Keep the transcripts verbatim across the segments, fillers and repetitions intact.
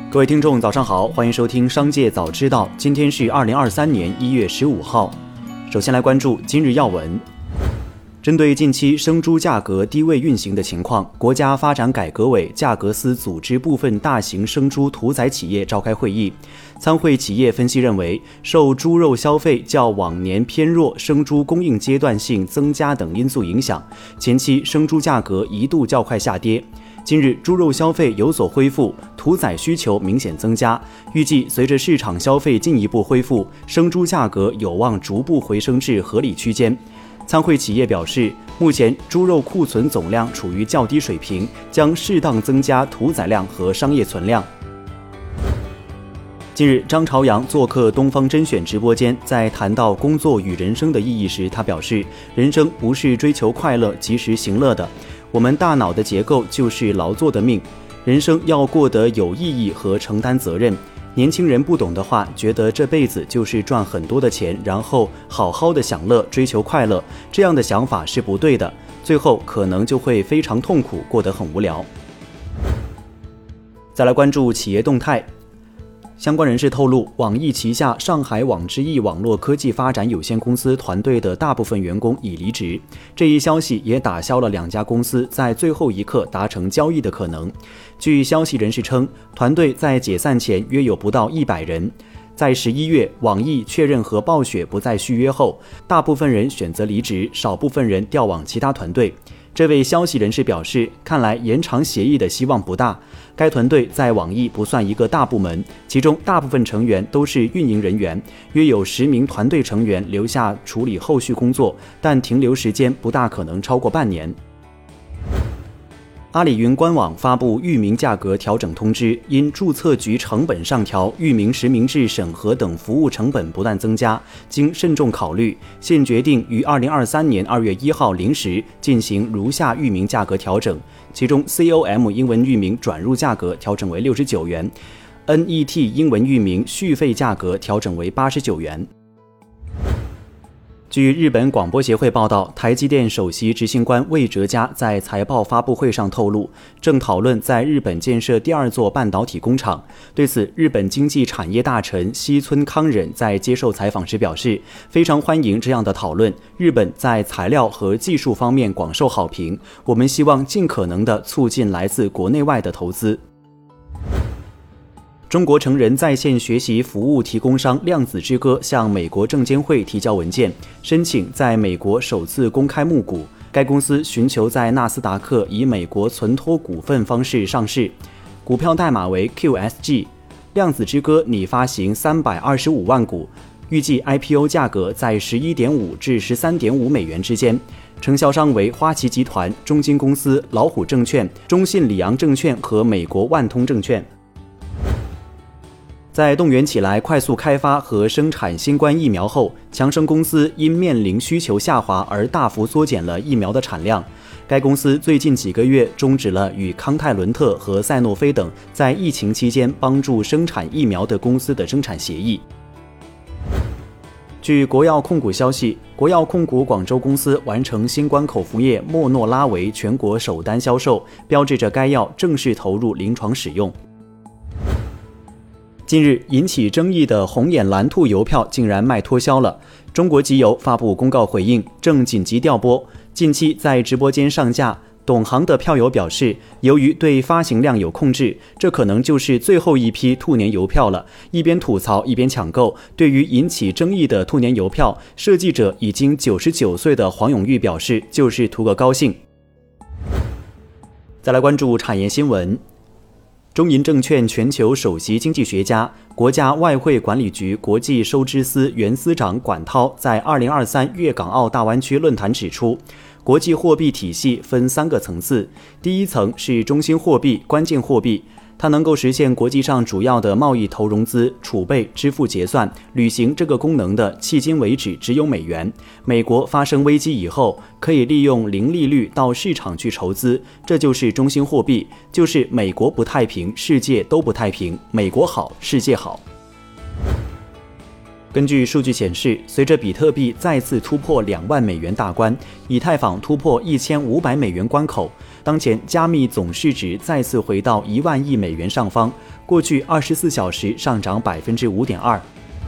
各位听众早上好，欢迎收听商界早知道，今天是二零二三年一月十五号。首先来关注今日要闻。针对近期生猪价格低位运行的情况，国家发展改革委价格司组织部分大型生猪屠宰企业召开会议。参会企业分析认为，受猪肉消费较往年偏弱、生猪供应阶段性增加等因素影响，前期生猪价格一度较快下跌。近日，猪肉消费有所恢复，屠宰需求明显增加，预计随着市场消费进一步恢复，生猪价格有望逐步回升至合理区间。参会企业表示，目前猪肉库存总量处于较低水平，将适当增加屠宰量和商业存量。近日，张朝阳做客东方甄选直播间，在谈到工作与人生的意义时，他表示，人生不是追求快乐、及时行乐的，我们大脑的结构就是劳作的命，人生要过得有意义和承担责任。年轻人不懂的话，觉得这辈子就是赚很多的钱，然后好好的享乐，追求快乐，这样的想法是不对的，最后可能就会非常痛苦，过得很无聊。再来关注企业动态。相关人士透露，网易旗下上海网之易网络科技发展有限公司团队的大部分员工已离职，这一消息也打消了两家公司在最后一刻达成交易的可能。据消息人士称，团队在解散前约有不到一百人。在十一月，网易确认和暴雪不再续约后，大部分人选择离职，少部分人调往其他团队。这位消息人士表示，看来延长协议的希望不大。该团队在网易不算一个大部门，其中大部分成员都是运营人员，约有十名团队成员留下处理后续工作，但停留时间不大可能超过半年。阿里云官网发布域名价格调整通知，因注册局成本上调、域名实名制审核等服务成本不断增加，经慎重考虑，现决定于二零二三年二月一号零时进行如下域名价格调整。其中 C O M 英文域名转入价格调整为六十九元， N E T 英文域名续费价格调整为八十九元。据日本广播协会报道，台积电首席执行官魏哲嘉在财报发布会上透露，正讨论在日本建设第二座半导体工厂。对此，日本经济产业大臣西村康稔在接受采访时表示，非常欢迎这样的讨论，日本在材料和技术方面广受好评，我们希望尽可能地促进来自国内外的投资。中国成人在线学习服务提供商量子之歌向美国证监会提交文件，申请在美国首次公开募股。该公司寻求在纳斯达克以美国存托股份方式上市，股票代码为 Q S G。量子之歌拟发行三百二十五万股，预计 I P O 价格在 十一点五 至 十三点五美元之间。承销商为花旗集团、中金公司、老虎证券、中信里昂证券和美国万通证券。在动员起来快速开发和生产新冠疫苗后，强生公司因面临需求下滑而大幅缩减了疫苗的产量。该公司最近几个月终止了与康泰伦特和赛诺菲等在疫情期间帮助生产疫苗的公司的生产协议。据国药控股消息，国药控股广州公司完成新冠口服液莫诺拉维全国首单销售，标志着该药正式投入临床使用。近日引起争议的红眼蓝兔邮票竟然卖脱销了，中国集邮发布公告回应，正紧急调拨，近期在直播间上架。懂行的票友表示，由于对发行量有控制，这可能就是最后一批兔年邮票了，一边吐槽一边抢购。对于引起争议的兔年邮票，设计者已经九十九岁的黄永玉表示，就是图个高兴。再来关注产业新闻。中银证券全球首席经济学家、国家外汇管理局国际收支司原司长管涛在二零二三粤港澳大湾区论坛指出，国际货币体系分三个层次，第一层是中心货币、关键货币，它能够实现国际上主要的贸易投融资、储备、支付结算，履行这个功能的迄今为止只有美元。美国发生危机以后，可以利用零利率到市场去筹资，这就是中心货币，就是美国不太平，世界都不太平，美国好，世界好。 根据数据显示，随着比特币再次突破两万美元大关，以太坊突破一千五百美元关口，当前加密总市值再次回到一万亿美元上方，过去二十四小时上涨百分之五点二。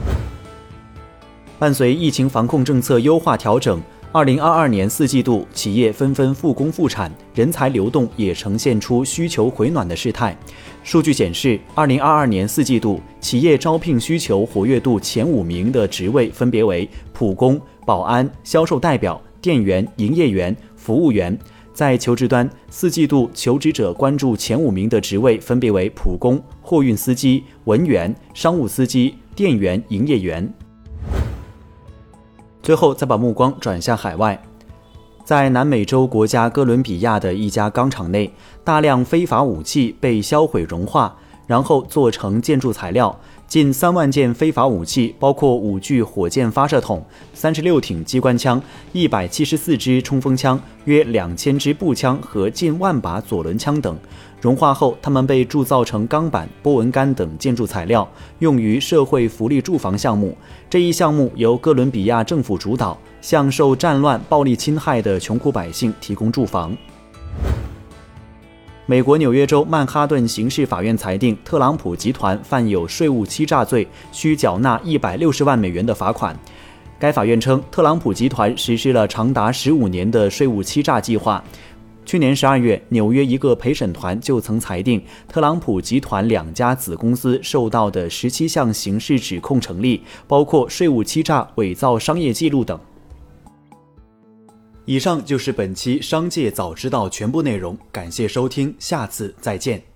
伴随疫情防控政策优化调整，二零二二年四季度，企业纷纷复工复产，人才流动也呈现出需求回暖的势态。数据显示，二零二二年四季度，企业招聘需求活跃度前五名的职位分别为普工、保安、销售代表、店员、营业员、服务员。在求职端，四季度求职者关注前五名的职位分别为普工、货运司机、文员、商务司机、店员、营业员。最后再把目光转向海外，在南美洲国家哥伦比亚的一家钢厂内，大量非法武器被销毁融化，然后做成建筑材料。近三万件非法武器，包括五具火箭发射筒、三十六挺机关枪、一百七十四支冲锋枪、约两千支步枪和近万把左轮枪等。融化后，它们被铸造成钢板、波纹钢等建筑材料，用于社会福利住房项目。这一项目由哥伦比亚政府主导，向受战乱暴力侵害的穷苦百姓提供住房。美国纽约州曼哈顿刑事法院裁定，特朗普集团犯有税务欺诈罪，需缴纳一百六十万美元的罚款。该法院称，特朗普集团实施了长达十五年的税务欺诈计划。去年十二月，纽约一个陪审团就曾裁定，特朗普集团两家子公司受到的十七项刑事指控成立，包括税务欺诈、伪造商业记录等。以上就是本期商界早知道全部内容，感谢收听，下次再见。